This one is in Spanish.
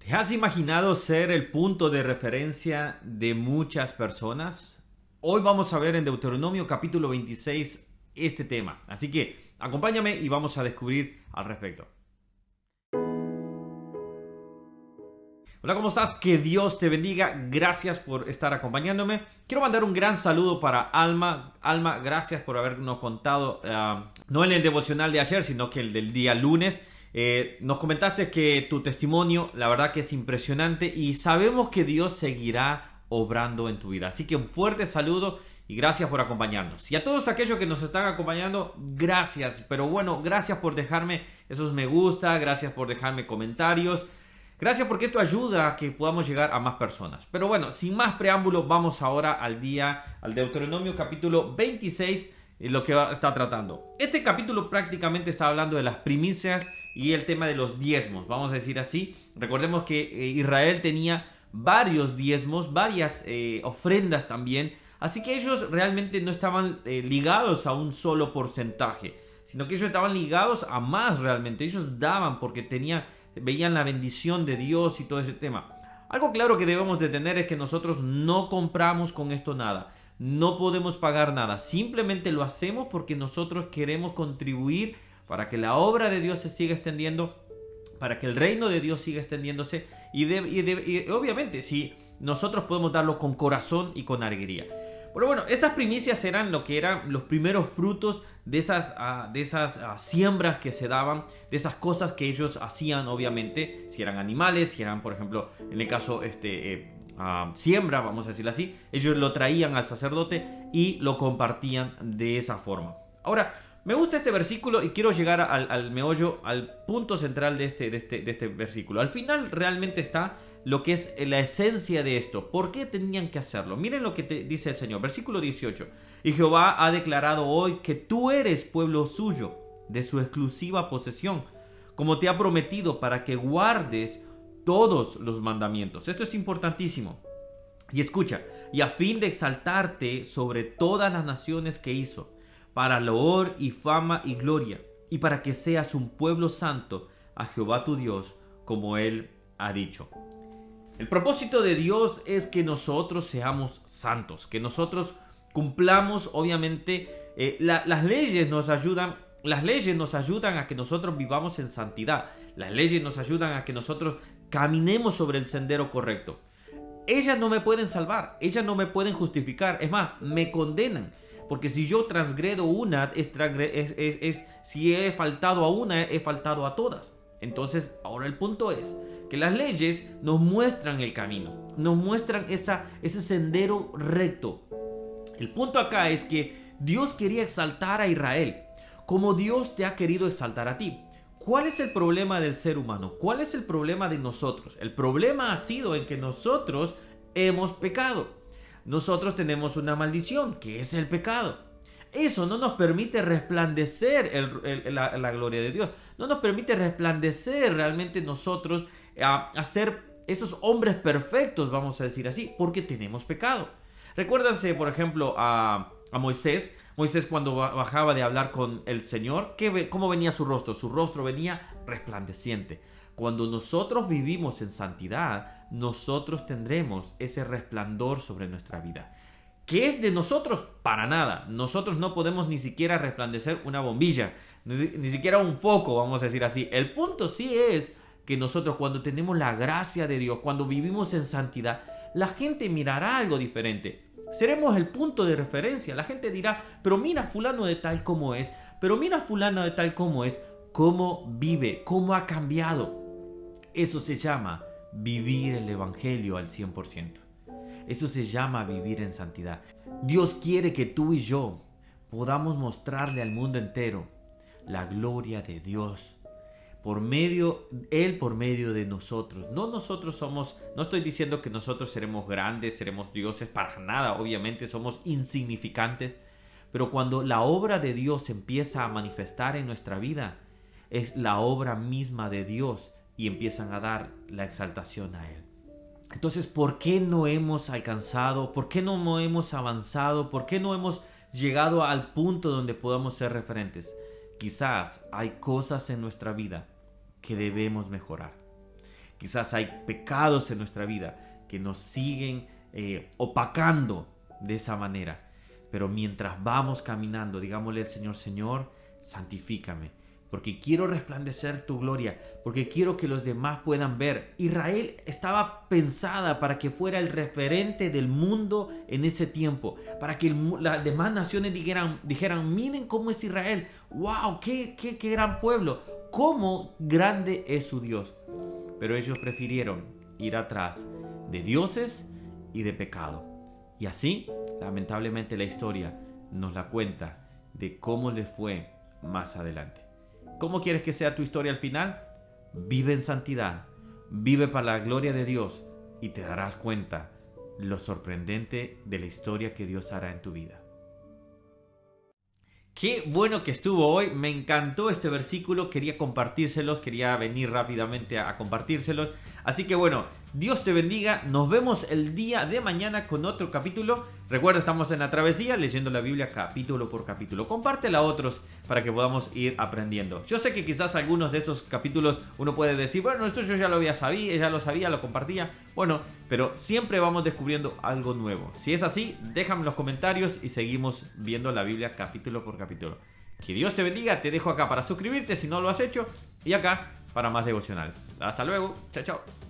¿Te has imaginado ser el punto de referencia de muchas personas? Hoy vamos a ver en Deuteronomio capítulo 26 este tema. Así que acompáñame y vamos a descubrir al respecto. Hola, ¿cómo estás? Que Dios te bendiga. Gracias por estar acompañándome. Quiero mandar un gran saludo para Alma. Alma, gracias por habernos contado, no en el devocional de ayer, sino que el del día lunes. Nos comentaste que tu testimonio, la verdad que es impresionante y sabemos que Dios seguirá obrando en tu vida. Así que un fuerte saludo y gracias por acompañarnos. Y a todos aquellos que nos están acompañando, gracias. Pero bueno, gracias por dejarme esos me gusta, gracias por dejarme comentarios. Gracias porque esto ayuda a que podamos llegar a más personas. Pero bueno, sin más preámbulos, vamos ahora al Deuteronomio capítulo 26, lo que está tratando. Este capítulo prácticamente está hablando de las primicias y el tema de los diezmos, vamos a decir así. Recordemos que Israel tenía varios diezmos, varias ofrendas también. Así que ellos realmente no estaban ligados a un solo porcentaje, sino que ellos estaban ligados a más realmente. Ellos daban porque veían la bendición de Dios y todo ese tema. Algo claro que debemos de tener es que nosotros no compramos con esto nada. No podemos pagar nada. Simplemente lo hacemos porque nosotros queremos contribuir para que la obra de Dios se siga extendiendo, para que el reino de Dios siga extendiéndose. Y obviamente, si nosotros podemos darlo con corazón y con alegría. Pero bueno, estas primicias eran lo que eran los primeros frutos de esas siembras que se daban, de esas cosas que ellos hacían, obviamente, si eran animales, si eran, por ejemplo, en el caso, siembra, vamos a decirlo así, ellos lo traían al sacerdote y lo compartían de esa forma. Ahora, me gusta este versículo y quiero llegar al meollo, al punto central de este versículo. Al final realmente está lo que es la esencia de esto. ¿Por qué tenían que hacerlo? Miren lo que dice el Señor. Versículo 18. Y Jehová ha declarado hoy que tú eres pueblo suyo, de su exclusiva posesión, como te ha prometido, para que guardes todos los mandamientos. Esto es importantísimo. Y escucha, y a fin de exaltarte sobre todas las naciones que hizo, para loor y fama y gloria, y para que seas un pueblo santo a Jehová tu Dios, como Él ha dicho. El propósito de Dios es que nosotros seamos santos, que nosotros cumplamos, obviamente, las leyes nos ayudan a que nosotros vivamos en santidad. Las leyes nos ayudan a que nosotros caminemos sobre el sendero correcto. Ellas no me pueden salvar, ellas no me pueden justificar, es más, me condenan. Porque si yo transgredo una, si he faltado a una, he faltado a todas. Entonces, ahora el punto es que las leyes nos muestran el camino, nos muestran ese sendero recto. El punto acá es que Dios quería exaltar a Israel, como Dios te ha querido exaltar a ti. ¿Cuál es el problema del ser humano? ¿Cuál es el problema de nosotros? El problema ha sido en que nosotros hemos pecado. Nosotros tenemos una maldición, que es el pecado. Eso no nos permite resplandecer la gloria de Dios. No nos permite resplandecer realmente nosotros a ser esos hombres perfectos, vamos a decir así, porque tenemos pecado. Recuérdense, por ejemplo, a Moisés. Moisés, cuando bajaba de hablar con el Señor, ¿cómo venía su rostro? Su rostro venía resplandeciente. Cuando nosotros vivimos en santidad, nosotros tendremos ese resplandor sobre nuestra vida. ¿Qué es de nosotros? Para nada. Nosotros no podemos ni siquiera resplandecer una bombilla, ni siquiera un foco, vamos a decir así. El punto sí es que nosotros, cuando tenemos la gracia de Dios, cuando vivimos en santidad, la gente mirará algo diferente. Seremos el punto de referencia. La gente dirá, pero mira fulano de tal como es, pero mira fulano de tal como es, cómo vive, cómo ha cambiado. Eso se llama vivir el evangelio al 100%. Eso se llama vivir en santidad. Dios quiere que tú y yo podamos mostrarle al mundo entero la gloria de Dios. Él por medio de nosotros. No estoy diciendo que nosotros seremos grandes, seremos dioses, para nada, obviamente somos insignificantes. Pero cuando la obra de Dios empieza a manifestar en nuestra vida, es la obra misma de Dios y empiezan a dar la exaltación a Él. Entonces, ¿por qué no hemos alcanzado? ¿Por qué no hemos avanzado? ¿Por qué no hemos llegado al punto donde podamos ser referentes? Quizás hay cosas en nuestra vida que debemos mejorar. Quizás hay pecados en nuestra vida que nos siguen opacando de esa manera. Pero mientras vamos caminando, digámosle al Señor, Señor, santifícame, porque quiero resplandecer tu gloria, porque quiero que los demás puedan ver. Israel estaba pensada para que fuera el referente del mundo en ese tiempo, para que las demás naciones dijeran, miren cómo es Israel, wow, qué gran pueblo, cómo grande es su Dios. Pero ellos prefirieron ir atrás de dioses y de pecado. Y así, lamentablemente, la historia nos la cuenta de cómo les fue más adelante. ¿Cómo quieres que sea tu historia al final? Vive en santidad, vive para la gloria de Dios y te darás cuenta lo sorprendente de la historia que Dios hará en tu vida. Qué bueno que estuvo hoy, me encantó este versículo, quería compartírselos, quería venir rápidamente a compartírselos. Así que bueno, Dios te bendiga, nos vemos el día de mañana con otro capítulo. Recuerda, estamos en la travesía leyendo la Biblia capítulo por capítulo. Compártela a otros para que podamos ir aprendiendo. Yo sé que quizás algunos de estos capítulos uno puede decir, bueno, esto yo ya lo sabía, lo compartía. Bueno, pero siempre vamos descubriendo algo nuevo. Si es así, déjame en los comentarios y seguimos viendo la Biblia capítulo por capítulo. Que Dios te bendiga, te dejo acá para suscribirte si no lo has hecho y acá para más devocionales. Hasta luego, chao, chao.